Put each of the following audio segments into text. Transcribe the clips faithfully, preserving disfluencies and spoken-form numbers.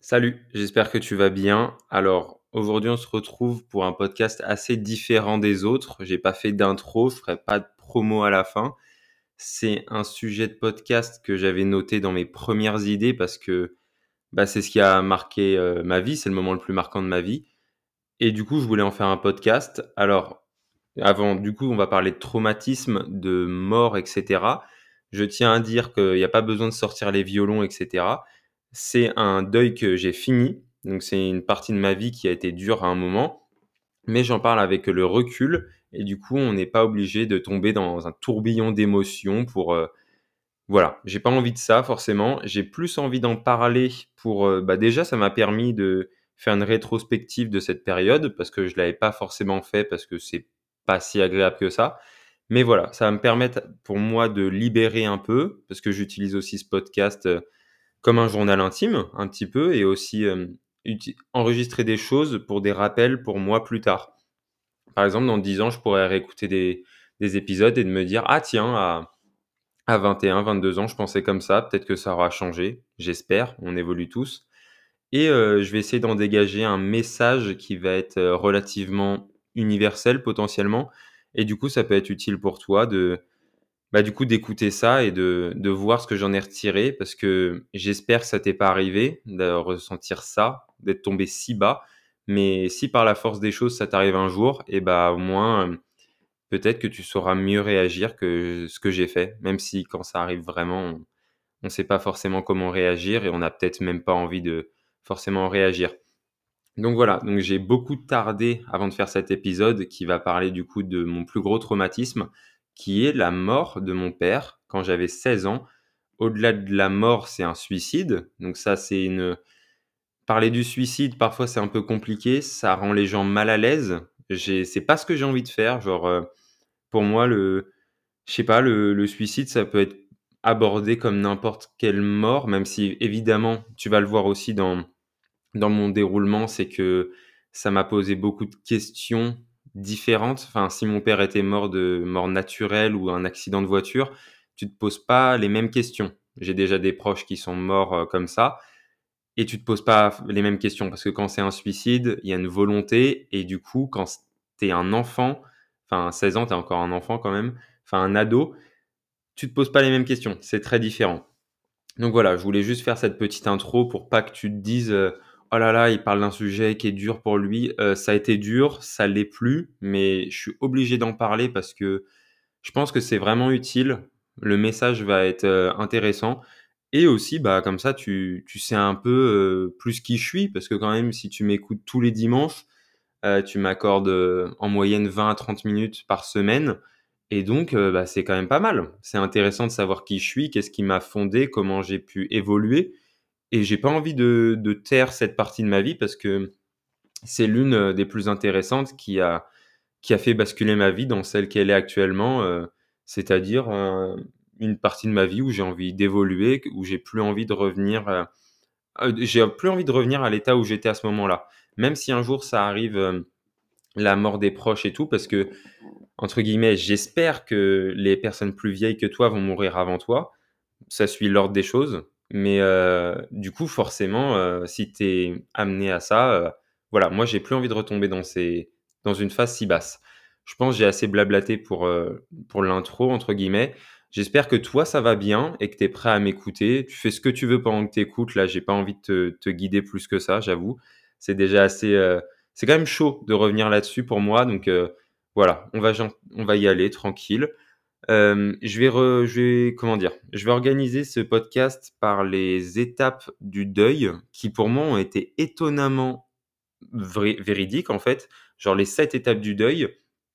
Salut, j'espère que tu vas bien. Alors, aujourd'hui, on se retrouve pour un podcast assez différent des autres. J'ai pas fait d'intro, je ferai pas de promo à la fin. C'est un sujet de podcast que j'avais noté dans mes premières idées parce que bah, c'est ce qui a marqué euh, ma vie, c'est le moment le plus marquant de ma vie. Et du coup, je voulais en faire un podcast. Alors, avant, du coup, on va parler de traumatisme, de mort, et cetera. Je tiens à dire qu'il n'y a pas besoin de sortir les violons, et cetera. C'est un deuil que j'ai fini. Donc, c'est une partie de ma vie qui a été dure à un moment. Mais j'en parle avec le recul. Et du coup, on n'est pas obligé de tomber dans un tourbillon d'émotions pour, euh, voilà, j'ai pas envie de ça forcément. J'ai plus envie d'en parler pour, heu, bah, déjà ça m'a permis de faire une rétrospective de cette période parce que je l'avais pas forcément fait parce que c'est pas si agréable que ça. Mais voilà, ça va me permettre pour moi de libérer un peu parce que j'utilise aussi ce podcast, heu, comme un journal intime un petit peu et aussi, hem, uti enregistrer des choses pour des rappels pour moi plus tard. Par exemple, dans dix ans, je pourrais réécouter des des épisodes et de me dire: «Ah tiens, à à vingt et un, vingt-deux ans, je pensais comme ça, peut-être que ça aura changé, j'espère, on évolue tous et heu, je vais essayer d'en dégager un message qui va être, heu, relativement universel potentiellement et du coup, ça peut être utile pour toi de, bah, du coup, d'écouter ça et de de voir ce que j'en ai retiré parce que j'espère que ça t'est pas arrivé de ressentir ça, d'être tombé si bas, mais si par la force des choses, ça t'arrive un jour et bah, au moins, hem, peut-être que tu sauras mieux réagir que ce que j'ai fait, même si quand ça arrive vraiment, on ne sait pas forcément comment réagir et on n'a peut-être même pas envie de forcément réagir. Donc voilà, donc j'ai beaucoup tardé avant de faire cet épisode qui va parler du coup de mon plus gros traumatisme, qui est la mort de mon père quand j'avais seize ans. Au-delà de la mort, c'est un suicide. Donc ça, c'est une parler du suicide, parfois c'est un peu compliqué, ça rend les gens mal à l'aise. J'ai c'est pas ce que j'ai envie de faire, genre, heu, pour moi le je sais pas, le le suicide, ça peut être abordé comme n'importe quelle mort, même si évidemment, tu vas le voir aussi dans dans mon déroulement, c'est que ça m'a posé beaucoup de questions différentes. Enfin, si mon père était mort de mort naturelle ou un accident de voiture, tu te poses pas les mêmes questions. J'ai déjà des proches qui sont morts, heu, comme ça et tu te poses pas les mêmes questions parce que quand c'est un suicide, il y a une volonté et du coup, quand c tu es un enfant, enfin seize ans, tu es encore un enfant quand même, enfin un ado, tu te poses pas les mêmes questions, c'est très différent. Donc voilà, je voulais juste faire cette petite intro pour pas que tu te dises, heu: «Oh là là, il parle d'un sujet qui est dur pour lui». Heu, ça a été dur, ça l'est plus, mais je suis obligé d'en parler parce que je pense que c'est vraiment utile. Le message va être, heu, intéressant et aussi, bah, comme ça tu tu sais un peu, heu, plus qui je suis parce que quand même si tu m'écoutes tous les dimanches, Heu, tu m'accordes, heu, en moyenne vingt à trente minutes par semaine et donc heu, bah, c'est quand même pas mal. C'est intéressant de savoir qui je suis, qu'est-ce qui m'a fondé, comment j'ai pu évoluer et j'ai pas envie de de taire cette partie de ma vie parce que c'est l'une, heu, des plus intéressantes qui a qui a fait basculer ma vie dans celle qu'elle est actuellement, heu, c'est-à-dire, heu, une partie de ma vie où j'ai envie d'évoluer, q où j'ai plus envie de revenir, heu heu, j'ai plus envie de revenir à l'état où j'étais à ce moment-là. Même si un jour ça arrive, hem la mort des proches et tout, parce que, entre guillemets, «j'espère» que les personnes plus vieilles que toi vont mourir avant toi. Ça suit l'ordre des choses, mais heu, du coup, forcément, heu, si tu es amené à ça, heu, voilà, moi, j'ai plus envie de retomber dans ces dans une phase si basse. Je pense, que j'ai assez blablaté pour, heu, pour «l'intro» entre guillemets. J'espère que toi, ça va bien et que tu es prêt à m'écouter. Tu fais ce que tu veux pendant que tu écoutes. Là, j'ai pas envie de te te guider plus que ça, j'avoue. C'est déjà assez, heu, c'est quand même chaud de revenir là-dessus pour moi, donc heu, voilà, on va gen on va y aller tranquille. Hem, je vais re je vais comment dire? Je vais organiser ce podcast par les étapes du deuil qui, pour moi, ont été étonnamment vrai véridiques, en fait. Genre les sept étapes du deuil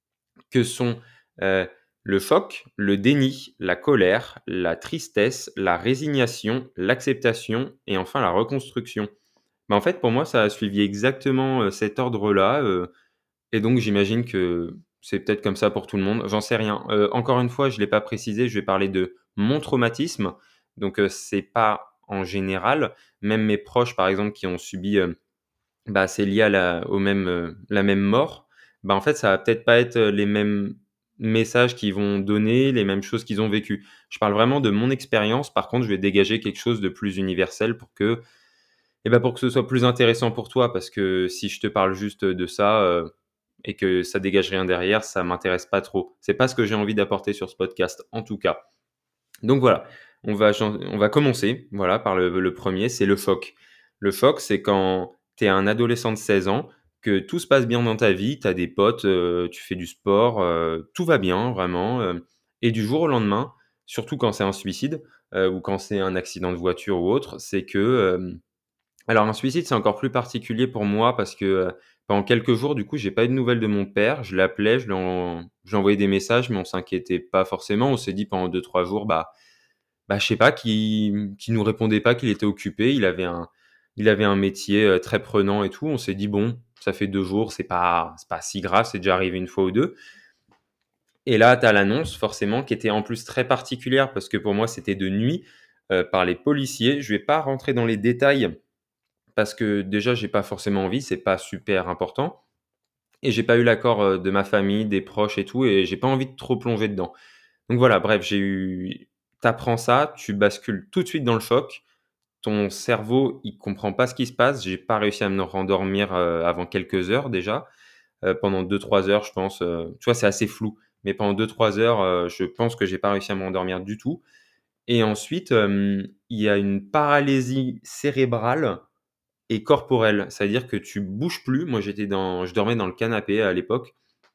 que sont, heu, le choc, le déni, la colère, la tristesse, la résignation, l'acceptation et enfin la reconstruction. Bah, en fait, pour moi, ça a suivi exactement, heu, cet ordre-là, heu et donc j'imagine que c'est peut-être comme ça pour tout le monde, j'en sais rien. Heu, encore une fois, je ne l'ai pas précisé, je vais parler de mon traumatisme, donc heu, c'est pas en général. Même mes proches, par exemple, qui ont subi, heu, bah, c'est lié à la au même, heu, la même mort, bah, en fait, ça va peut-être pas être, heu, les mêmes messages qu'ils vont donner, les mêmes choses qu'ils ont vécues. Je parle vraiment de mon expérience, par contre, je vais dégager quelque chose de plus universel pour que Et bah, pour que ce soit plus intéressant pour toi, parce que si je te parle juste de ça, heu et que ça dégage rien derrière, ça m'intéresse pas trop. C'est pas ce que j'ai envie d'apporter sur ce podcast, en tout cas. Donc voilà, on va chan on va commencer, voilà, par le le premier, c'est le choc. Le choc, c'est quand tu es un adolescent de seize ans, que tout se passe bien dans ta vie, tu as des potes, heu, tu fais du sport, heu, tout va bien vraiment, heu et du jour au lendemain, surtout quand c'est un suicide, heu, ou quand c'est un accident de voiture ou autre, c'est que, hem alors un suicide, c'est encore plus particulier pour moi parce que, heu, pendant quelques jours, du coup, j'ai pas eu de nouvelles de mon père. Je l'appelais, je lui en je lui envoyais des messages, mais on s'inquiétait pas forcément. On s'est dit pendant deux trois jours, bah bah, je sais pas, qu'il qu'il nous répondait pas, qu'il était occupé. Il avait un il avait un métier, heu, très prenant et tout. On s'est dit: «Bon, ça fait deux jours, c'est pas c'est pas si grave, c'est déjà arrivé une fois ou deux». Et là, tu as l'annonce forcément qui était en plus très particulière parce que pour moi, c'était de nuit, heu, par les policiers. Je vais pas rentrer dans les détails parce que déjà, j'ai pas forcément envie, c'est pas super important et j'ai pas eu l'accord, heu, de ma famille, des proches et tout et j'ai pas envie de trop plonger dedans. Donc voilà, bref, j'ai eu tu apprends ça, tu bascules tout de suite dans le choc. Ton cerveau, il comprend pas ce qui se passe. J'ai pas réussi à me rendormir, heu, avant quelques heures déjà, heu, pendant deux trois heures, je pense, heu, tu vois, c'est assez flou, mais pendant deux trois heures, heu, je pense que j'ai pas réussi à me rendormir du tout et ensuite, hem, il y a une paralysie cérébrale et corporelle. C'est-à-dire que tu bouges plus. Moi, j'étais dans je dormais dans le canapé à l'époque.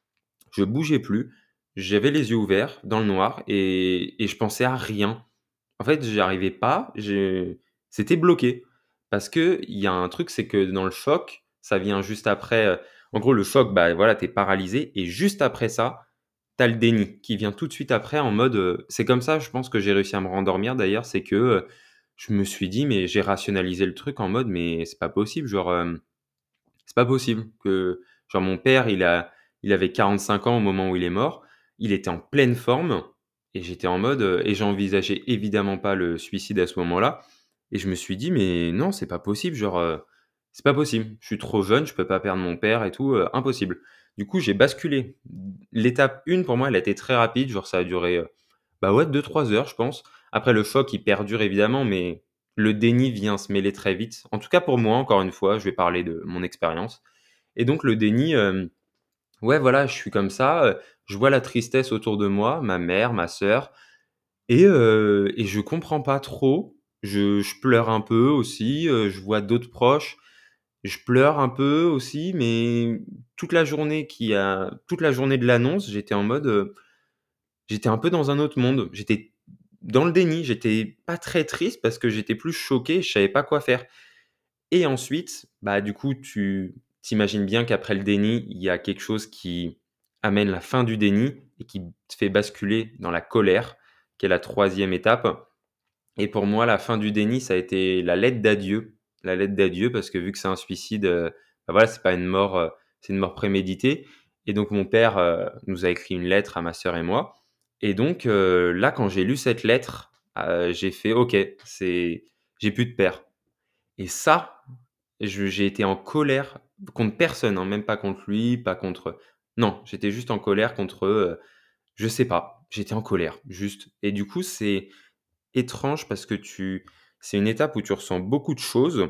Je bougeais plus. J'avais les yeux ouverts dans le noir et et je pensais à rien. En fait, j'arrivais pas, j'ai c'était bloqué. Parce qu'il y a un truc, c'est que dans le choc, ça vient juste après, heu, en gros, le choc, bah, voilà, tu es paralysé et juste après ça, tu as le déni qui vient tout de suite après en mode, heu c'est comme ça, je pense que j'ai réussi à me rendormir d'ailleurs, c'est que, heu, je me suis dit mais j'ai rationalisé le truc en mode: «Mais c'est pas possible, genre, hem, c'est pas possible que genre mon père, il a il avait quarante-cinq ans au moment où il est mort, il était en pleine forme et j'étais en mode, heu et j'envisageais évidemment pas le suicide à ce moment-là et je me suis dit: «Mais non, c'est pas possible, genre, heu, c'est pas possible. Je suis trop jeune, je peux pas perdre mon père et tout, heu, impossible». Du coup, j'ai basculé. L'étape un pour moi, elle a été très rapide, genre ça a duré, heu, bah, ouais deux trois heures, je pense. Après le choc, il perdure évidemment, mais le déni vient se mêler très vite. En tout cas pour moi, encore une fois, je vais parler de mon expérience et donc le déni, hem, ouais, voilà, je suis comme ça, heu, je vois la tristesse autour de moi, ma mère, ma sœur et heu et je comprends pas trop. Je je pleure un peu aussi, heu, je vois d'autres proches, je pleure un peu aussi, mais toute la journée qui a toute la journée de l'annonce, j'étais en mode, heu, j'étais un peu dans un autre monde. J'étais dans le déni, j'étais pas très triste parce que j'étais plus choqué, je savais pas quoi faire. Et ensuite, bah, du coup, tu t'imagines bien qu'après le déni, il y a quelque chose qui amène la fin du déni et qui te fait basculer dans la colère, qui est la troisième étape. Et pour moi, la fin du déni, ça a été la lettre d'adieu. La lettre d'adieu parce que vu que c'est un suicide, heu, bah, voilà, c'est pas une mort, heu, c'est une mort préméditée et donc mon père, heu, nous a écrit une lettre à ma sœur et moi et donc heu, là, quand j'ai lu cette lettre, heu, j'ai fait: «OK, c'est j'ai plus de père» et ça, je j'ai été en colère contre personne, hein, même pas contre lui, pas contre non, j'étais juste en colère contre, heu, je sais pas, j'étais en colère, juste et du coup, c'est étrange parce que tu c'est une étape où tu ressens beaucoup de choses,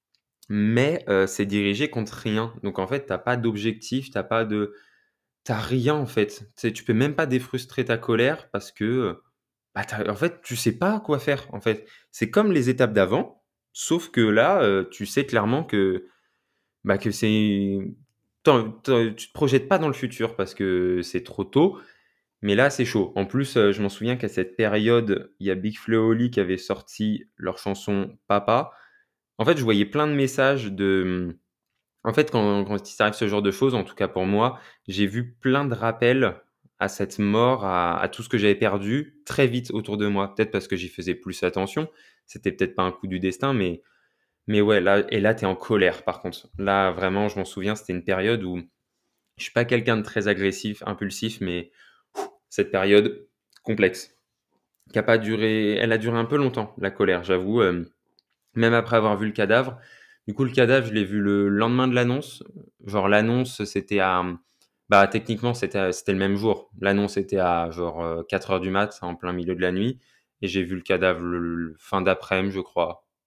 mais heu, c'est dirigé contre rien. Donc en fait, tu as pas d'objectif, tu as pas de tu as rien en fait. Tu sais, tu peux même pas défrustrer ta colère parce que, heu, bah, tu en fait, tu sais pas quoi faire, en fait. C'est comme les étapes d'avant, sauf que là, heu, tu sais clairement que bah, que c'est tu tu tu te projettes pas dans le futur parce que c'est trop tôt, mais là, c'est chaud. En plus, heu, je m'en souviens qu'à cette période, il y a Big Flo et Oli qui avaient sorti leur chanson «Papa». En fait, je voyais plein de messages de, mmh en fait, quand quand il s'arrive ce genre de choses, en tout cas pour moi, j'ai vu plein de rappels à cette mort, à à tout ce que j'avais perdu très vite autour de moi. Peut-être parce que j'y faisais plus attention. C'était peut-être pas un coup du destin, mais mais ouais, là et là, tu es en colère par contre. Là, vraiment, je m'en souviens, c'était une période où je suis pas quelqu'un de très agressif, impulsif, mais cette période complexe, qui a pas duré elle a duré un peu longtemps, la colère, j'avoue, hem, même après avoir vu le cadavre. Du coup, le cadavre, je l'ai vu le lendemain de l'annonce. Genre l'annonce, c'était à, mmh, bah, techniquement, c'était à c'était le même jour. L'annonce était à genre, heu, quatre heures du mat, en plein milieu de la nuit et j'ai vu le cadavre le le fin d'après-midi, je crois.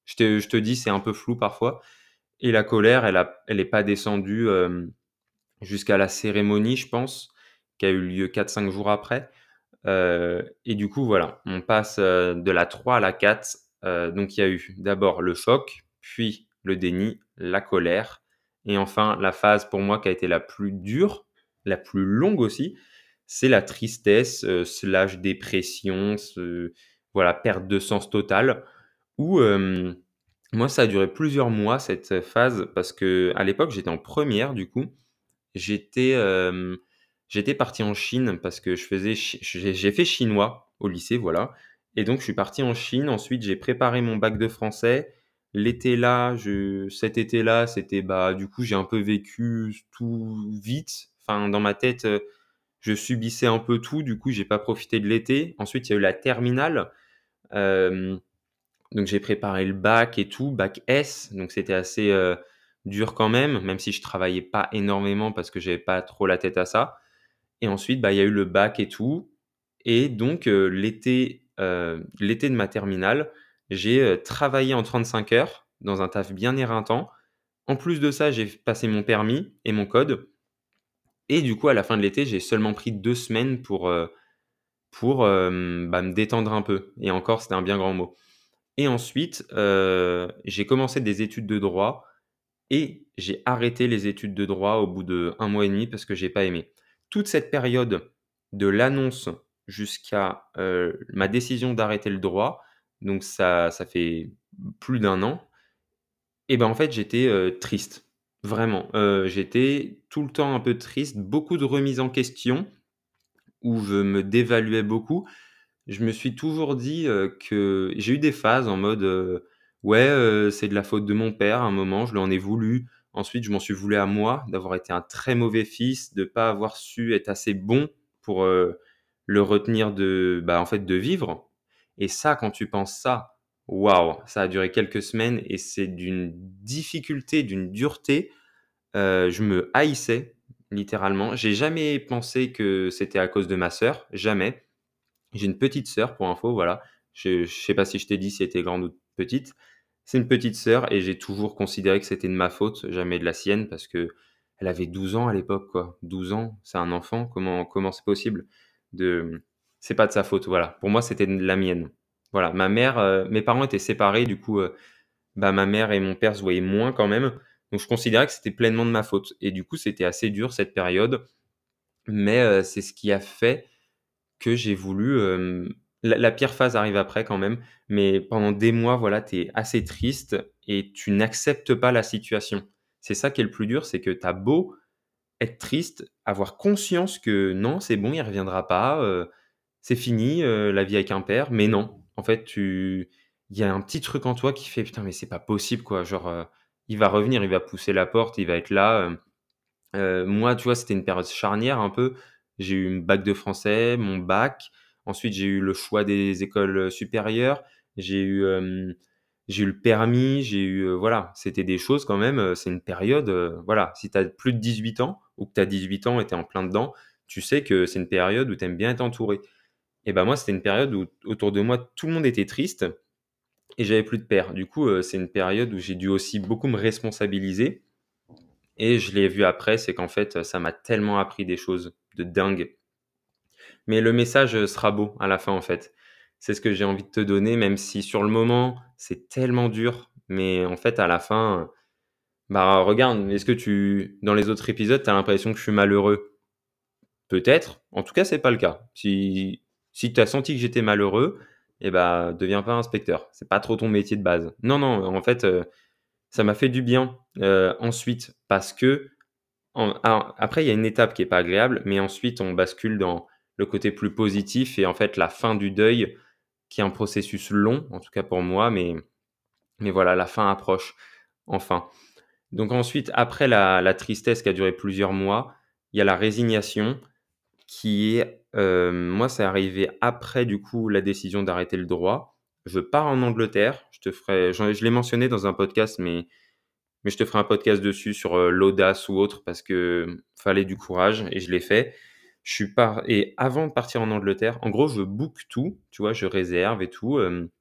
Je te je te dis, c'est un peu flou parfois et la colère, elle a elle est pas descendue, hem, jusqu'à la cérémonie, je pense, qui a eu lieu quatre cinq jours après. Heu et du coup, voilà, on passe, heu, de la trois à la quatre. Heu, donc il y a eu d'abord le choc, puis le déni, la colère et enfin la phase pour moi qui a été la plus dure, la plus longue aussi, c'est la tristesse, heu, slash dépression, ce voilà, perte de sens totale où, hem, moi ça a duré plusieurs mois cette phase parce qu'à l'époque j'étais en première du coup. J'étais, hem, j'étais parti en Chine parce que je faisais chi j'ai j'ai fait chinois au lycée, voilà et donc je suis parti en Chine. Ensuite, j'ai préparé mon bac de français. L'été là, je cet été-là, c'était, bah, du coup, j'ai un peu vécu tout vite. Enfin, dans ma tête, heu, je subissais un peu tout. Du coup, j'ai pas profité de l'été. Ensuite, il y a eu la terminale. Hem, donc j'ai préparé le bac et tout, bac S, donc c'était assez, heu, dur quand même, même si je travaillais pas énormément parce que j'avais pas trop la tête à ça et ensuite, bah, il y a eu le bac et tout et donc heu, l'été, heu, l'été de ma terminale, j'ai, heu, travaillé en trente-cinq heures dans un taf bien éreintant. En plus de ça, j'ai passé mon permis et mon code et du coup, à la fin de l'été, j'ai seulement pris deux semaines pour, heu, pour, hem, bah, me détendre un peu et encore, c'était un bien grand mot. Et ensuite, heu, j'ai commencé des études de droit et j'ai arrêté les études de droit au bout de un mois et demi parce que j'ai pas aimé. Toute cette période de l'annonce jusqu'à, heu, ma décision d'arrêter le droit, donc ça ça fait plus d'un an et ben, en fait, j'étais, heu, triste. Vraiment, heu, j'étais tout le temps un peu triste, beaucoup de remises en question où je me dévaluais beaucoup. Je me suis toujours dit, heu, que j'ai eu des phases en mode, heu: «Ouais, heu, c'est de la faute de mon père». À un moment, je lui en ai voulu. Ensuite, je m'en suis voulu à moi d'avoir été un très mauvais fils, de pas avoir su être assez bon pour, heu, le retenir de, bah, en fait, de vivre et ça, quand tu penses ça, waouh! Ça a duré quelques semaines et c'est d'une difficulté, d'une dureté, heu, je me haïssais littéralement. J'ai jamais pensé que c'était à cause de ma sœur, jamais. J'ai une petite sœur pour info, voilà. Je je sais pas si je t'ai dit si elle était grande ou petite. C'est une petite sœur et j'ai toujours considéré que c'était de ma faute, jamais de la sienne parce qu'elle avait douze ans à l'époque, quoi. douze ans, c'est un enfant, comment comment c'est possible de c'est pas de sa faute, voilà. Pour moi, c'était de la mienne. Voilà, ma mère, heu, mes parents étaient séparés, du coup, heu, bah, ma mère et mon père se voyaient moins quand même, donc je considérais que c'était pleinement de ma faute et du coup, c'était assez dur cette période, mais heu, c'est ce qui a fait que j'ai voulu, hem la la pire phase arrive après quand même, mais pendant des mois, voilà, tu es assez triste et tu n'acceptes pas la situation. C'est ça qui est le plus dur, c'est que tu as beau être triste, avoir conscience que non, c'est bon, il reviendra pas, heu, c'est fini, heu, la vie avec un père, mais non. En fait, tu il y a un petit truc en toi qui fait: «Putain, mais c'est pas possible quoi», genre, heu, il va revenir, il va pousser la porte, il va être là, hem Heu, moi, tu vois, c'était une période charnière un peu. J'ai eu une bac de français, mon bac. Ensuite, j'ai eu le choix des écoles, heu, supérieures. J'ai eu, hem, j'ai eu le permis, j'ai eu, heu, voilà, c'était des choses quand même, heu, c'est une période, heu, voilà, si tu as plus de dix-huit ans ou que tu as dix-huit ans et tu es en plein dedans, tu sais que c'est une période où tu aimes bien être entouré. Et bah, moi, c'était une période où autour de moi, tout le monde était triste et j'avais plus de père. Du coup, heu, c'est une période où j'ai dû aussi beaucoup me responsabiliser et je l'ai vu après, c'est qu'en fait, ça m'a tellement appris des choses de dingue. Mais le message, heu, sera beau à la fin, en fait. C'est ce que j'ai envie de te donner, même si sur le moment, c'est tellement dur. Mais en fait, à la fin, bah, regarde, est-ce que tu dans les autres épisodes, tu as l'impression que je suis malheureux? Peut-être, en tout cas, c'est pas le cas. Si si tu as senti que j'étais malheureux, et bah, deviens pas inspecteur. C'est pas trop ton métier de base. Non, non, en fait, heu, ça m'a fait du bien, heu, ensuite parce que En alors après, il y a une étape qui est pas agréable, mais ensuite on bascule dans le côté plus positif et en fait la fin du deuil, qui est un processus long, en tout cas pour moi, mais mais voilà, la fin approche, enfin. Donc ensuite, après la la tristesse qui a duré plusieurs mois, il y a la résignation qui est, hem, moi c'est arrivé après du coup la décision d'arrêter le droit. Je pars en Angleterre, je te ferai j'en je l'ai mentionné dans un podcast, mais mais je te ferai un podcast dessus sur, heu, l'audace ou autre parce que, mmh, fallait du courage et je l'ai fait. Je suis par et avant de partir en Angleterre, en gros, je book tout, tu vois? Je réserve et tout, hem,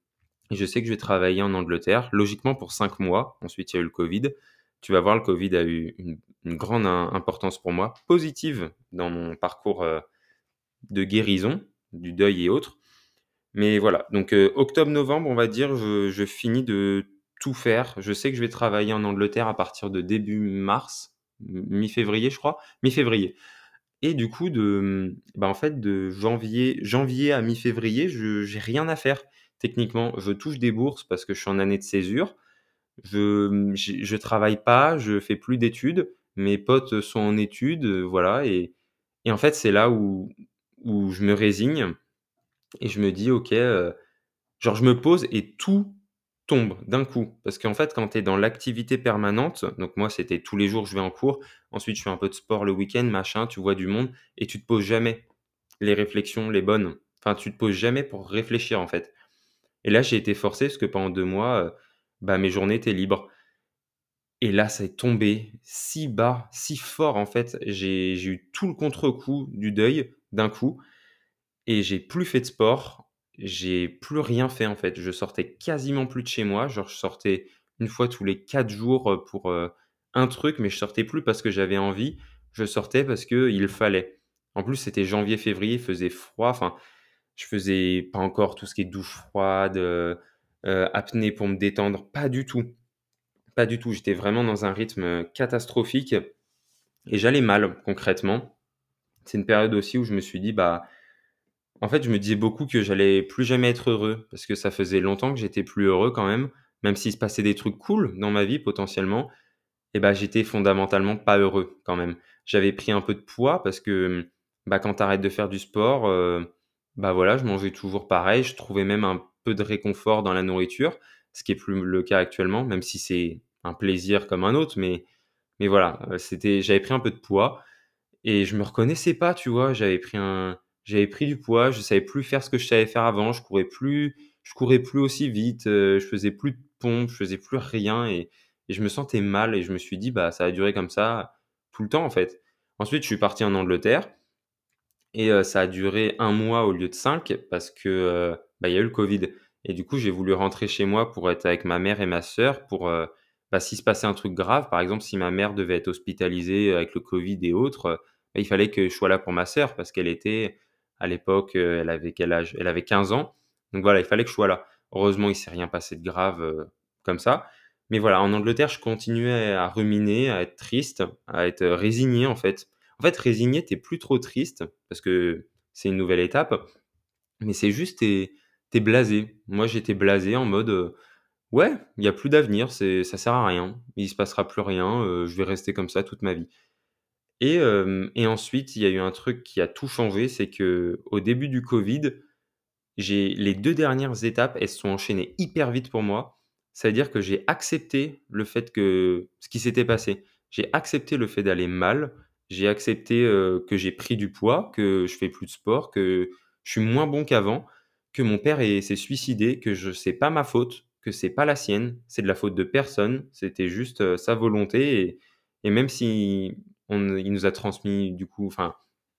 et je sais que je vais travailler en Angleterre, logiquement pour cinq mois. Ensuite, il y a eu le Covid. Tu vas voir, le Covid a eu une une grande im importance pour moi, positive dans mon parcours, heu, de guérison, du deuil et autres. Mais voilà, donc heu, octobre-novembre, on va dire, je je finis de tout faire. Je sais que je vais travailler en Angleterre à partir de début mars, m mi-février, je crois, mi-février. Et du coup de, mmh, bah, en fait, de janvier janvier à mi-février, je j'ai rien à faire. Techniquement, je touche des bourses parce que je suis en année de césure. Je, mmh, j'ai je travaille pas, je fais plus d'études. Mes potes sont en études, heu, voilà et et en fait, c'est là où où je me résigne et je me dis: «OK, heu» genre je me pose et tout tombe d'un coup. Parce qu'en fait, quand tu es dans l'activité permanente, donc moi, c'était tous les jours, je vais en cours, ensuite je fais un peu de sport le week-end, machin, tu vois du monde et tu te poses jamais les réflexions, les bonnes. Enfin, tu te poses jamais pour réfléchir, en fait. Et là, j'ai été forcé parce que pendant deux mois, heu, bah, mes journées étaient libres. Et là, c'est tombé si bas, si fort, en fait. J'ai j'ai eu tout le contre-coup du deuil d'un coup et j'ai plus fait de sport, j'ai plus rien fait, en fait. Je sortais quasiment plus de chez moi, genre je sortais une fois tous les quatre jours, heu, pour, heu, un truc, mais je sortais plus parce que j'avais envie, je sortais parce qu'il fallait. En plus, c'était janvier-février, il faisait froid, enfin, je faisais pas encore tout ce qui est douche froide, heu heu, apnée pour me détendre, pas du tout, pas du tout. J'étais vraiment dans un rythme, heu, catastrophique et j'allais mal concrètement. C'est une période aussi où je me suis dit: «Bah, en fait, je me disais beaucoup que j'allais plus jamais être heureux parce que ça faisait longtemps que j'étais plus heureux quand même, même s'il se passait des trucs cool dans ma vie potentiellement et bah, j'étais fondamentalement pas heureux quand même. J'avais pris un peu de poids parce que, mmh, bah, quand tu arrêtes de faire du sport, heu, bah, voilà, je mangeais toujours pareil. Je trouvais même un peu de réconfort dans la nourriture, ce qui est plus le cas actuellement, même si c'est un plaisir comme un autre, mais mais voilà, heu, c'était j'avais pris un peu de poids et je me reconnaissais pas, tu vois? J'avais pris un j'avais pris du poids, je savais plus faire ce que je savais faire avant, je courais plus je courais plus aussi vite, heu, je faisais plus de pompes, je faisais plus rien et et je me sentais mal et je me suis dit: «Bah, ça va durer comme ça tout le temps, en fait». Ensuite, je suis parti en Angleterre et heu, ça a duré un mois au lieu de cinq parce que, heu, bah, il y a eu le Covid et du coup, j'ai voulu rentrer chez moi pour être avec ma mère et ma sœur pour, heu, bah, s'il se passait un truc grave, par exemple, si ma mère devait être hospitalisée avec le Covid et autres, heu, bah, il fallait que je sois là pour ma sœur parce qu'elle était à l'époque, heu, elle avait quel âge? Elle avait quinze ans, donc voilà, il fallait que je sois là. Heureusement, il s'est rien passé de grave, heu, comme ça, mais voilà, en Angleterre, je continuais à ruminer, à être triste, à être, heu, résigné, en fait. En fait, résigné, tu es plus trop triste parce que c'est une nouvelle étape, mais c'est juste tu es blasé. Moi, j'étais blasé en mode, heu: «Ouais, il y a plus d'avenir, c'est ça sert à rien, il se passera plus rien, heu, je vais rester comme ça toute ma vie» et hem et ensuite, il y a eu un truc qui a tout changé, c'est qu'au début du Covid, j'ai les deux dernières étapes, elles se sont enchaînées hyper vite pour moi. C'est-à-dire que j'ai accepté le fait que ce qui s'était passé. J'ai accepté le fait d'aller mal, j'ai accepté, heu, que j'ai pris du poids, que je fais plus de sport, que je suis moins bon qu'avant, que mon père est s'est suicidé, que je c'est pas ma faute, que c'est pas la sienne, c'est de la faute de personne. C'était juste, heu, sa volonté et et même si on il nous a transmis du coup enfin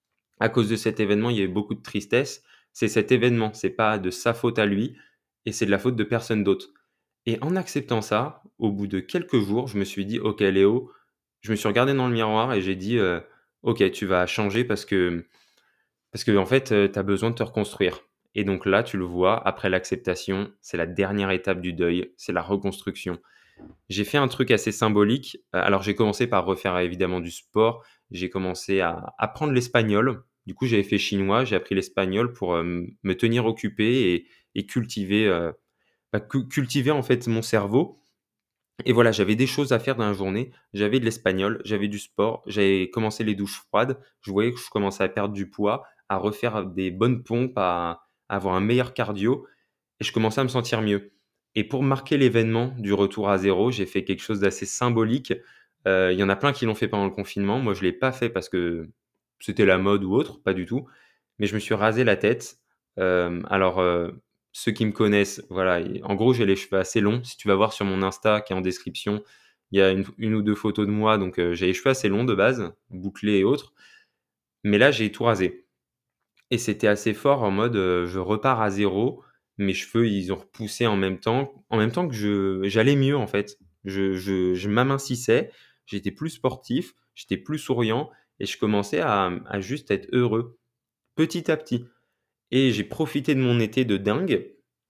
à cause de cet événement, il y a eu beaucoup de tristesse. C'est cet événement, c'est pas de sa faute à lui et c'est de la faute de personne d'autre. Et en acceptant ça, au bout de quelques jours, je me suis dit: «OK Léo», je me suis regardé dans le miroir et j'ai dit, heu: «OK, tu vas changer parce que parce qu'en fait, heu, tu as besoin de te reconstruire». Et donc là, tu le vois, après l'acceptation, c'est la dernière étape du deuil, c'est la reconstruction. J'ai fait un truc assez symbolique. Heu, alors j'ai commencé par refaire évidemment du sport. J'ai commencé à apprendre l'espagnol. Du coup, j'avais fait chinois, j'ai appris l'espagnol pour, hem, me tenir occupé et et cultiver, heu, bah, cu cultiver en fait mon cerveau et voilà, j'avais des choses à faire dans la journée. J'avais de l'espagnol, j'avais du sport, j'avais commencé les douches froides. Je voyais que je commençais à perdre du poids, à refaire des bonnes pompes, à à avoir un meilleur cardio et je commençais à me sentir mieux. Et pour marquer l'événement du retour à zéro, j'ai fait quelque chose d'assez symbolique. Heu, il y en a plein qui l'ont fait pendant le confinement. Moi, je l'ai pas fait parce que c'était la mode ou autre, pas du tout. Mais je me suis rasé la tête. Hem, alors, heu, ceux qui me connaissent, voilà, et en gros, j'ai les cheveux assez longs. Si tu vas voir sur mon Insta qui est en description, il y a une une ou deux photos de moi, donc heu, j'ai les cheveux assez longs de base, bouclés et autres. Mais là, j'ai tout rasé et c'était assez fort en mode, heu, je repars à zéro. mes cheveux, ils ont repoussé en même temps en même temps que je j'allais mieux, en fait. Je je je m'amincissais, j'étais plus sportif, j'étais plus souriant et je commençais à, mmh, à juste être heureux, petit à petit et j'ai profité de mon été de dingue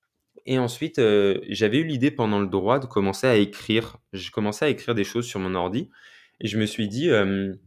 et ensuite, heu, j'avais eu l'idée pendant le droit de commencer à écrire. Je commençais à écrire des choses sur mon ordi et je me suis dit, hem: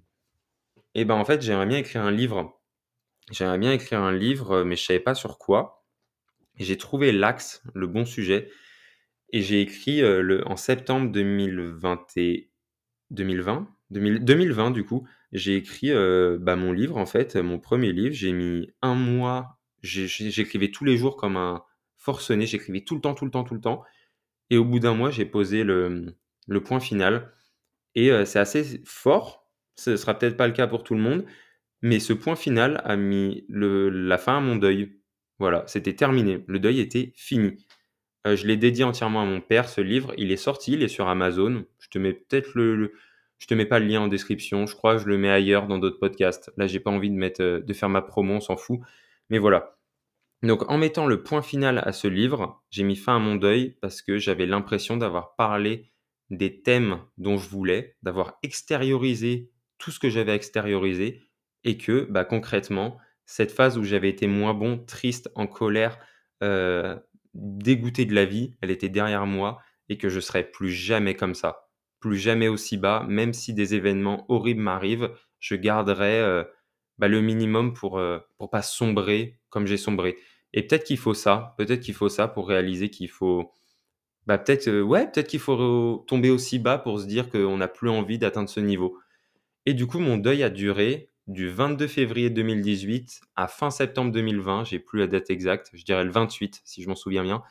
«Et ben, en fait, j'aimerais bien écrire un livre. J'aimerais bien écrire un livre, heu, mais je savais pas sur quoi» et j'ai trouvé l'axe, le bon sujet et j'ai écrit, heu, le en septembre deux mille vingt et deux mille vingt? deux mille deux mille vingt du coup, j'ai écrit, heu, bah, mon livre en fait, mon premier livre. J'ai mis un mois, j'ai j'ai j'écrivais tous les jours comme un forcené, j'écrivais tout le temps, tout le temps, tout le temps et au bout d'un mois, j'ai posé le, mmh, le point final et heu, c'est assez fort. Ce sera peut-être pas le cas pour tout le monde, mais ce point final a mis le la fin à mon deuil. Voilà, c'était terminé. Le deuil était fini. Heu, je l'ai dédié entièrement à mon père, ce livre. Il est sorti, il est sur Amazon. Je te mets peut-être le le je te mets pas le lien en description. Je crois que je le mets ailleurs dans d'autres podcasts. Là, j'ai pas envie de mettre, heu, de faire ma promo, on s'en fout. Mais voilà. Donc en mettant le point final à ce livre, j'ai mis fin à mon deuil parce que j'avais l'impression d'avoir parlé des thèmes dont je voulais, d'avoir extériorisé tout ce que j'avais à extérioriser et que, bah, concrètement, cette phase où j'avais été moins bon, triste, en colère, heu, dégoûté de la vie, elle était derrière moi et que je serais plus jamais comme ça. Plus jamais aussi bas, même si des événements horribles m'arrivent, je garderai, heu, bah, le minimum pour, heu, pour pas sombrer comme j'ai sombré. Et peut-être qu'il faut ça, peut-être qu'il faut ça pour réaliser qu'il faut, bah, peut-être, heu, ouais, peut-être qu'il faut re tomber aussi bas pour se dire qu'on n'a plus envie d'atteindre ce niveau. Et du coup, mon deuil a duré du vingt-deux février deux mille dix-huit à fin septembre deux mille vingt, j'ai plus la date exacte, je dirais le vingt-huit si je m'en souviens bien.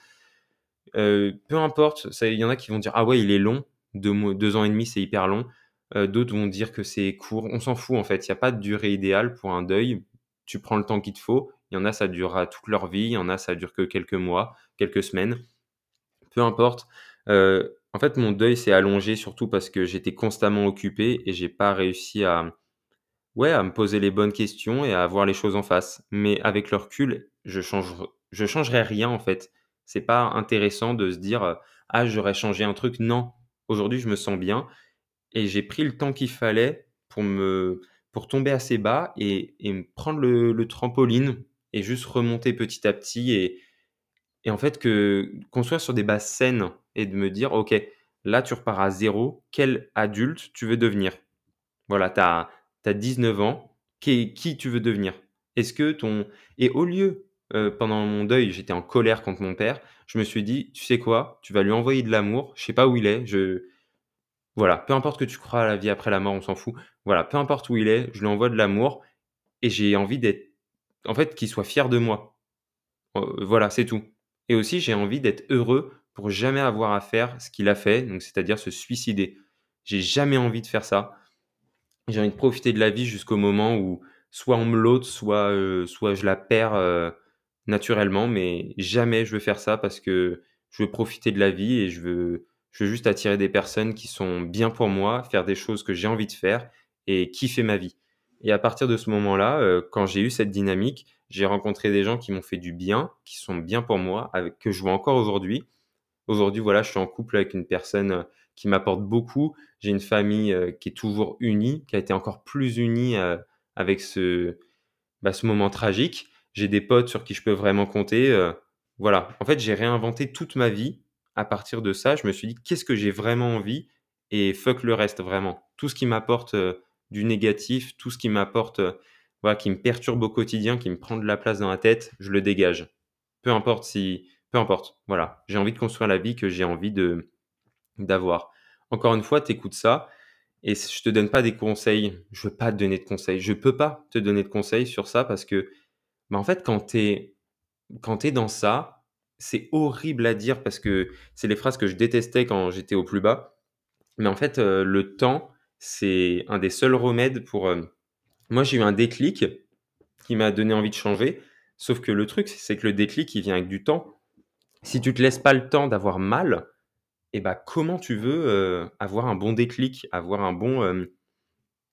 Heu, peu importe, ça il y en a qui vont dire: «Ah ouais, il est long, deux mois deux ans et demi, c'est hyper long». Heu, d'autres vont dire que c'est court. On s'en fout en fait, il y a pas de durée idéale pour un deuil. Tu prends le temps qu'il te faut. Il y en a, ça durera toute leur vie, il y en a, ça dure que quelques mois, quelques semaines. Peu importe. Heu, en fait, mon deuil s'est allongé surtout parce que j'étais constamment occupé et j'ai pas réussi à, ouais, à me poser les bonnes questions et à voir les choses en face. Mais avec le recul, je change je changerais rien en fait. C'est pas intéressant de se dire, heu: «Ah, j'aurais changé un truc». Non, aujourd'hui, je me sens bien et j'ai pris le temps qu'il fallait pour me pour tomber assez bas et et me prendre le le trampoline et juste remonter petit à petit et et en fait que qu'on soit sur des bases saines et de me dire: «OK, là, tu repars à zéro. Quel adulte tu veux devenir?» Voilà, tu as tu as dix-neuf ans, qui qui tu veux devenir? Est-ce que ton et au lieu, heu, pendant mon deuil, j'étais en colère contre mon père, je me suis dit: «Tu sais quoi? Tu vas lui envoyer de l'amour, je sais pas où il est, je voilà, peu importe que tu crois à la vie après la mort, on s'en fout. Voilà, peu importe où il est, je lui envoie de l'amour et j'ai envie d'être en fait, qu'il soit fier de moi». Heu, voilà, c'est tout et aussi j'ai envie d'être heureux pour jamais avoir à faire ce qu'il a fait, donc c'est-à-dire se suicider. J'ai jamais envie de faire ça. J'ai envie de profiter de la vie jusqu'au moment où soit on me l'ôte, soit, heu, soit je la perds, heu, naturellement, mais jamais je veux faire ça parce que je veux profiter de la vie et je veux je veux juste attirer des personnes qui sont bien pour moi, faire des choses que j'ai envie de faire et kiffer ma vie. Et à partir de ce moment-là, heu, quand j'ai eu cette dynamique, j'ai rencontré des gens qui m'ont fait du bien, qui sont bien pour moi, avec que je vois encore aujourd'hui. Aujourd'hui, voilà, je suis en couple avec une personne, heu, qui m'apporte beaucoup. J'ai une famille, heu, qui est toujours unie, qui a été encore plus unie, heu, avec ce, bah, ce moment tragique. J'ai des potes sur qui je peux vraiment compter, heu, voilà. En fait, j'ai réinventé toute ma vie à partir de ça. Je me suis dit: «Qu'est-ce que j'ai vraiment envie?» et fuck le reste, vraiment. Tout ce qui m'apporte, heu, du négatif, tout ce qui m'apporte, heu, voilà, qui me perturbe au quotidien, qui me prend de la place dans la tête, je le dégage. Peu importe si peu importe, voilà. J'ai envie de construire la vie que j'ai envie de d'avoir. Encore une fois, tu écoutes ça et s je te donne pas des conseils. Je veux pas te donner de conseils. Je peux pas te donner de conseils sur ça parce que, bah, en fait, quand tu es quand tu es dans ça, c'est horrible à dire parce que c'est les phrases que je détestais quand j'étais au plus bas. Mais en fait, heu, le temps, c'est un des seuls remèdes pour, hem moi, j'ai eu un déclic qui m'a donné envie de changer. Sauf que le truc, c'est que le déclic, il vient avec du temps. Si tu te laisses pas le temps d'avoir mal et bah, comment tu veux, heu, avoir un bon déclic, avoir un bon, hem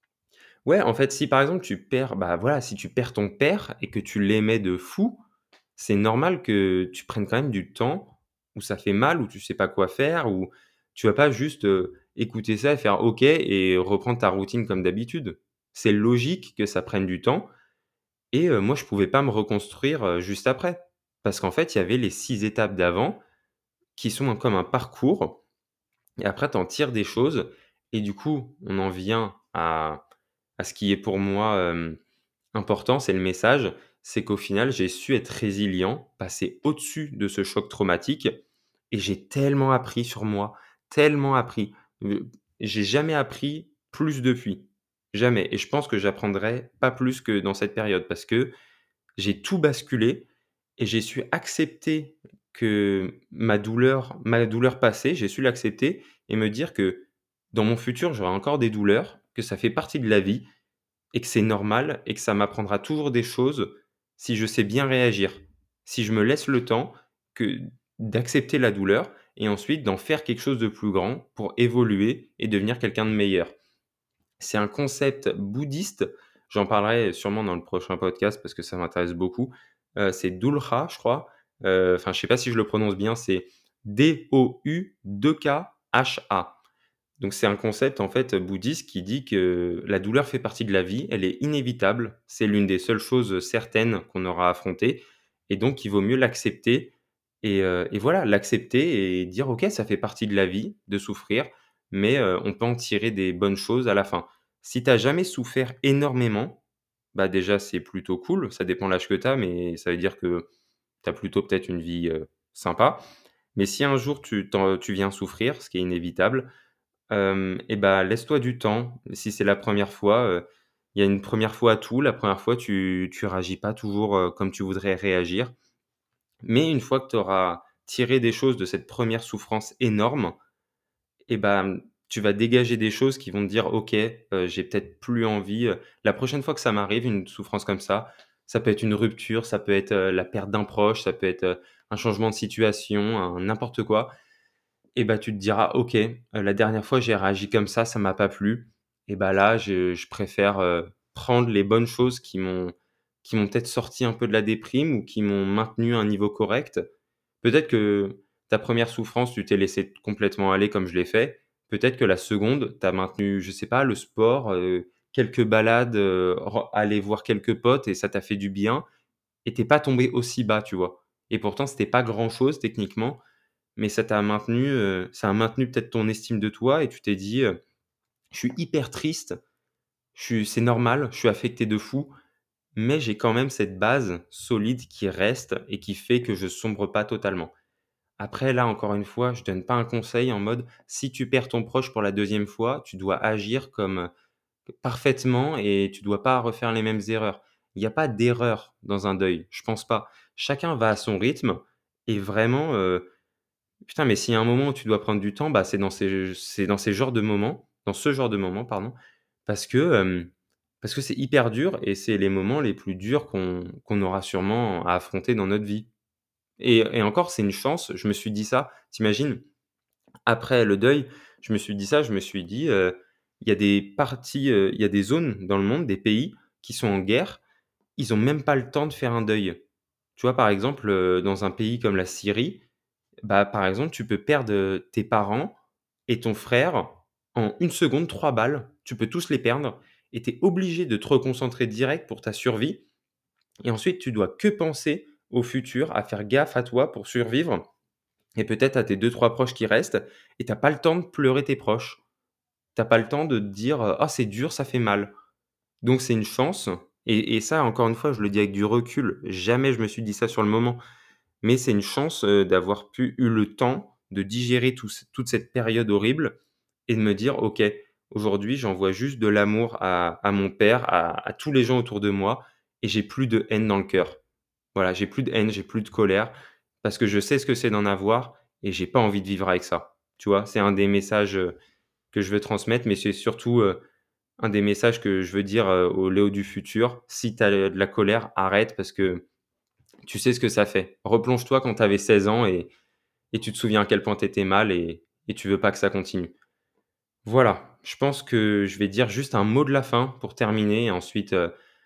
ouais, en fait, si par exemple tu perds, bah, voilà, si tu perds ton père et que tu l'aimais de fou, c'est normal que tu prennes quand même du temps où ça fait mal, où tu sais pas quoi faire, où tu vas pas juste, heu, écouter ça et faire OK et reprendre ta routine comme d'habitude. C'est logique que ça prenne du temps et heu, moi je pouvais pas me reconstruire, heu, juste après. Parce qu'en fait, il y avait les six étapes d'avant qui sont comme un parcours et après tu en tires des choses et du coup, on en vient à à ce qui est pour moi, hem, important, c'est le message, c'est qu'au final, j'ai su être résilient, passer au-dessus de ce choc traumatique et j'ai tellement appris sur moi, tellement appris. Heu, j'ai jamais appris plus depuis, jamais et je pense que j'apprendrai pas plus que dans cette période parce que j'ai tout basculé et j'ai su accepter que ma douleur ma douleur passée, j'ai su l'accepter et me dire que dans mon futur, j'aurai encore des douleurs, que ça fait partie de la vie et que c'est normal et que ça m'apprendra toujours des choses si je sais bien réagir. Si je me laisse le temps que d'accepter la douleur et ensuite d'en faire quelque chose de plus grand pour évoluer et devenir quelqu'un de meilleur. C'est un concept bouddhiste, j'en parlerai sûrement dans le prochain podcast parce que ça m'intéresse beaucoup. Heu, c'est Doulha, je crois, heu, enfin, je sais pas si je le prononce bien, c'est D O U deux K H A. Donc c'est un concept, en fait, bouddhiste qui dit que la douleur fait partie de la vie, elle est inévitable, c'est l'une des seules choses certaines qu'on aura à affronter et donc il vaut mieux l'accepter et heu et voilà, l'accepter et dire: «OK, ça fait partie de la vie de souffrir, mais heu, on peut en tirer des bonnes choses à la fin». Si tu as jamais souffert énormément, bah, déjà, c'est plutôt cool, ça dépend l'âge que tu as, mais ça veut dire que tu as plutôt peut-être une vie, heu, sympa. Mais si un jour tu t'en tu viens souffrir, ce qui est inévitable, Hem et bah, laisse-toi du temps. Si c'est la première fois, heu, il y a une première fois à tout. La première fois, tu tu réagis pas toujours, heu, comme tu voudrais réagir. Mais une fois que tu auras tiré des choses de cette première souffrance énorme et ben, tu vas dégager des choses qui vont te dire: «OK, heu, j'ai peut-être plus envie», heu, la prochaine fois que ça m'arrive, une souffrance comme ça, ça peut être une rupture, ça peut être, heu, la perte d'un proche, ça peut être, heu, un changement de situation, un n'importe quoi. Et bah, tu te diras: «OK, heu, la dernière fois j'ai réagi comme ça, ça m'a pas plu et bah, là je je préfère, heu, prendre les bonnes choses qui m'ont qui m'ont peut-être sorti un peu de la déprime ou qui m'ont maintenu à un niveau correct». Peut-être que ta première souffrance, tu t'es laissé complètement aller comme je l'ai fait. Peut-être que la seconde, tu as maintenu, je sais pas, le sport, heu, quelques balades, heu, ren aller voir quelques potes et ça t'a fait du bien et tu es pas tombé aussi bas, tu vois? Et pourtant c'était pas grand-chose techniquement, mais ça t'a maintenu, heu, ça a maintenu peut-être ton estime de toi et tu t'es dit, heu: «Je suis hyper triste, je suis c'est normal, je suis affecté de fou, mais j'ai quand même cette base solide qui reste et qui fait que je sombre pas totalement». Après là, encore une fois, je donne pas un conseil en mode, si tu perds ton proche pour la deuxième fois, tu dois agir comme, parfaitement et tu dois pas refaire les mêmes erreurs. Il y a pas d'erreur dans un deuil, je pense pas. Chacun va à son rythme et vraiment, heu putain, mais s'il y a un moment où tu dois prendre du temps, bah, c'est dans ces c'est dans ces genres de moments dans ce genre de moments, pardon, parce que, hem, parce que c'est hyper dur et c'est les moments les plus durs qu'on qu'on aura sûrement à affronter dans notre vie et et encore, c'est une chance. Je me suis dit ça, tu imagines, après le deuil, je me suis dit ça, je me suis dit, heu: «Il y a des parties, heu, il y a des zones dans le monde, des pays qui sont en guerre, ils ont même pas le temps de faire un deuil». Tu vois, par exemple, heu, dans un pays comme la Syrie, bah, par exemple, tu peux perdre, heu, tes parents et ton frère en une seconde, trois balles. Tu peux tous les perdre et tu es obligé de te reconcentrer direct pour ta survie et ensuite tu dois que penser au futur, à faire gaffe à toi pour survivre et peut-être à tes deux trois proches qui restent et tu as pas le temps de pleurer tes proches. Tu as pas le temps de te dire, heu: «Ah c'est dur, ça fait mal». Donc c'est une chance et et ça encore une fois, je le dis avec du recul, jamais je me suis dit ça sur le moment. Mais c'est une chance, heu, d'avoir pu eu le temps de digérer tout c toute cette période horrible et de me dire: «OK, aujourd'hui, j'envoie juste de l'amour à à mon père, à à tous les gens autour de moi et j'ai plus de haine dans le cœur». Voilà, j'ai plus de haine, j'ai plus de colère parce que je sais ce que c'est d'en avoir et j'ai pas envie de vivre avec ça. Tu vois? C'est un des messages, heu, que je veux transmettre, mais c'est surtout, heu, un des messages que je veux dire, heu, au Léo du futur. Si tu as de la colère, arrête parce que tu sais ce que ça fait. Replonge-toi quand tu avais seize ans et et tu te souviens à quel point tu étais mal et et tu veux pas que ça continue. Voilà, je pense que je vais dire juste un mot de la fin pour terminer et ensuite, heu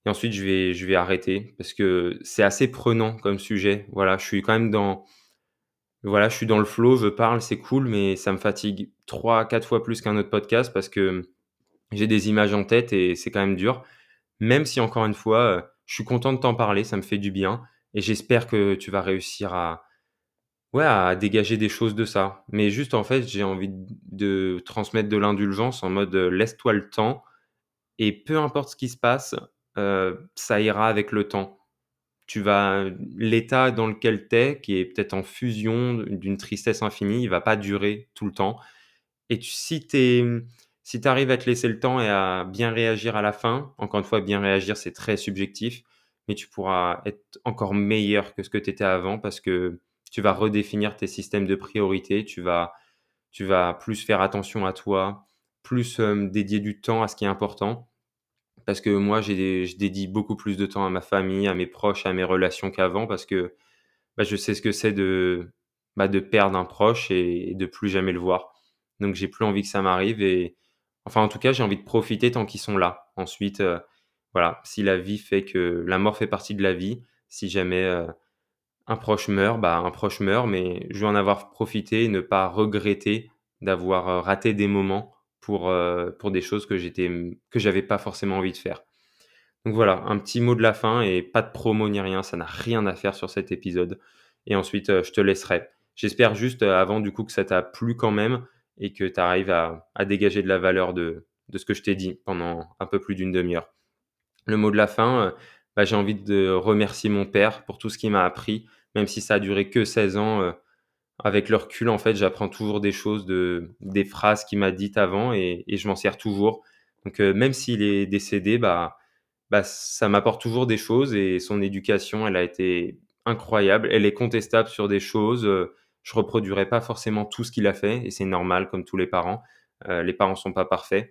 et ensuite je vais je vais arrêter parce que c'est assez prenant comme sujet. Voilà, je suis quand même dans voilà, je suis dans le flow, je parle, c'est cool, mais ça me fatigue trois quatre fois plus qu'un autre podcast parce que j'ai des images en tête et c'est quand même dur. Même si encore une fois, heu, je suis content de t'en parler, ça me fait du bien et j'espère que tu vas réussir à ouais, à dégager des choses de ça. Mais juste, en fait, j'ai envie d de transmettre de l'indulgence en mode, heu, laisse-toi le temps et peu importe ce qui se passe, heu, ça ira avec le temps. Tu vas l'état dans lequel tu es, qui est peut-être en fusion d'une tristesse infinie, il va pas durer tout le temps et tu si tu mmh, si tu arrives à te laisser le temps et à bien réagir à la fin, encore une fois, bien réagir, c'est très subjectif, mais tu pourras être encore meilleur que ce que tu étais avant parce que tu vas redéfinir tes systèmes de priorité, tu vas tu vas plus faire attention à toi, plus, hem, dédier du temps à ce qui est important. Parce que moi, j'ai je dédie beaucoup plus de temps à ma famille, à mes proches, à mes relations qu'avant parce que, bah, je sais ce que c'est de, bah, de perdre un proche et et de plus jamais le voir. Donc j'ai plus envie que ça m'arrive et enfin, en tout cas, j'ai envie de profiter tant qu'ils sont là. Ensuite, heu, voilà, si la vie fait que la mort fait partie de la vie, si jamais, heu, un proche meurt, bah, un proche meurt, mais je veux en avoir profité et ne pas regretter d'avoir, heu, raté des moments pour, heu, pour des choses que j'étais, mmh, que j'avais pas forcément envie de faire. Donc voilà, un petit mot de la fin et pas de promo ni rien, ça n'a rien à faire sur cet épisode et ensuite, heu, je te laisserai. J'espère juste, heu, avant du coup que ça t'a plu quand même et que tu arrives à à dégager de la valeur de de ce que je t'ai dit pendant un peu plus d'une demi heure. Le mot de la fin, heu, bah, j'ai envie de remercier mon père pour tout ce qu'il m'a appris, même si ça a duré que seize ans, heu, avec le recul, en fait, j'apprends toujours des choses de des phrases qu'il m'a dites avant et et je m'en sers toujours. Donc heu, même s'il est décédé, bah bah, ça m'apporte toujours des choses et son éducation, elle a été incroyable. Elle est contestable sur des choses, heu, je reproduirai pas forcément tout ce qu'il a fait et c'est normal comme tous les parents. Heu, les parents sont pas parfaits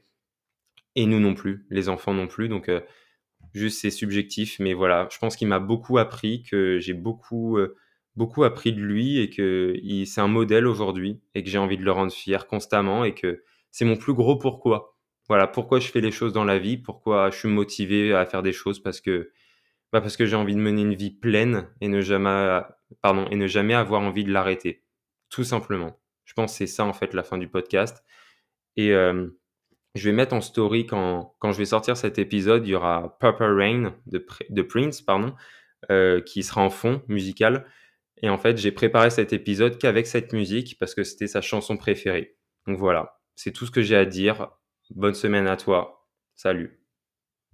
et nous non plus, les enfants non plus donc heu, juste c'est subjectif mais voilà, je pense qu'il m'a beaucoup appris, que j'ai beaucoup, heu, beaucoup appris de lui et qu'il c'est un modèle aujourd'hui et que j'ai envie de le rendre fier constamment et que c'est mon plus gros pourquoi. Voilà, pourquoi je fais les choses dans la vie, pourquoi je suis motivé à faire des choses parce que, bah, parce que j'ai envie de mener une vie pleine et ne jamais pardon et ne jamais avoir envie de l'arrêter, tout simplement. Je pense que c'est ça en fait la fin du podcast et hem je vais mettre en story quand quand je vais sortir cet épisode, il y aura Purple Rain de Pr de Prince, pardon, heu, qui sera en fond musical et en fait, j'ai préparé cet épisode qu'avec cette musique parce que c'était sa chanson préférée. Donc voilà, c'est tout ce que j'ai à dire. Bonne semaine à toi. Salut.